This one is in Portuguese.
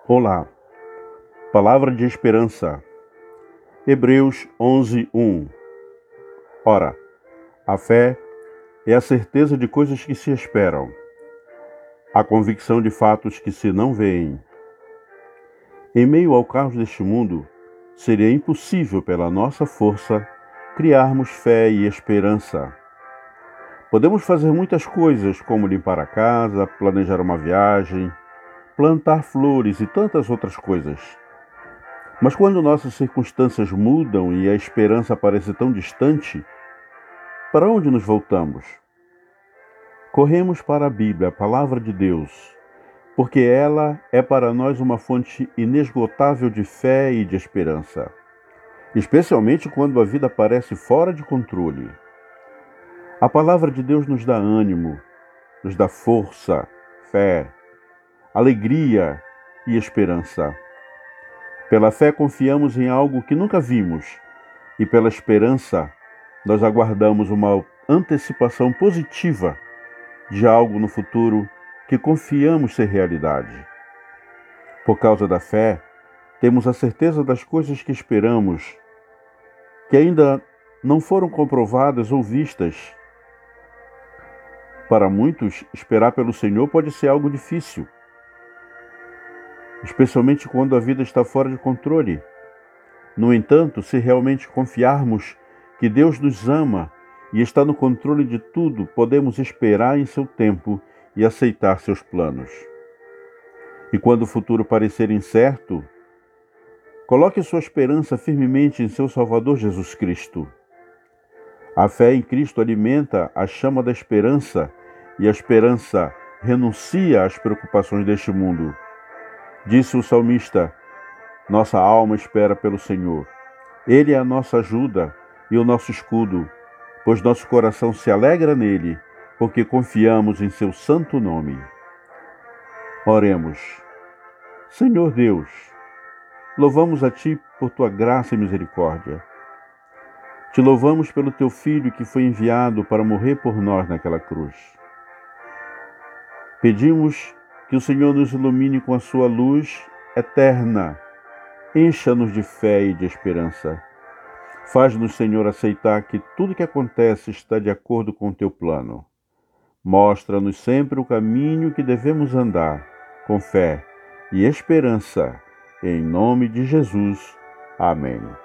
Olá, palavra de esperança. Hebreus 11:1. Ora, a fé é a certeza de coisas que se esperam, a convicção de fatos que se não veem. Em meio ao caos deste mundo, seria impossível pela nossa força criarmos fé e esperança. Podemos fazer muitas coisas, como limpar a casa, planejar uma viagem, plantar flores e tantas outras coisas. Mas quando nossas circunstâncias mudam e a esperança parece tão distante, para onde nos voltamos? Corremos para a Bíblia, a Palavra de Deus, porque ela é para nós uma fonte inesgotável de fé e de esperança, especialmente quando a vida parece fora de controle. A Palavra de Deus nos dá ânimo, nos dá força, fé, alegria e esperança. Pela fé confiamos em algo que nunca vimos e pela esperança nós aguardamos uma antecipação positiva de algo no futuro que confiamos ser realidade. Por causa da fé, temos a certeza das coisas que esperamos, que ainda não foram comprovadas ou vistas. Para muitos, esperar pelo Senhor pode ser algo difícil, especialmente quando a vida está fora de controle. No entanto, se realmente confiarmos que Deus nos ama e está no controle de tudo, podemos esperar em seu tempo e aceitar seus planos. E quando o futuro parecer incerto, coloque sua esperança firmemente em seu Salvador Jesus Cristo. A fé em Cristo alimenta a chama da esperança e a esperança renuncia às preocupações deste mundo. Disse o salmista: nossa alma espera pelo Senhor. Ele é a nossa ajuda e o nosso escudo, pois nosso coração se alegra nele, porque confiamos em seu santo nome. Oremos. Senhor Deus, louvamos a Ti por Tua graça e misericórdia. Te louvamos pelo Teu Filho que foi enviado para morrer por nós naquela cruz. Pedimos que o Senhor nos ilumine com a Sua luz eterna. Encha-nos de fé e de esperança. Faz-nos, Senhor, aceitar que tudo que acontece está de acordo com o Teu plano. Mostra-nos sempre o caminho que devemos andar, com fé e esperança. Em nome de Jesus. Amém.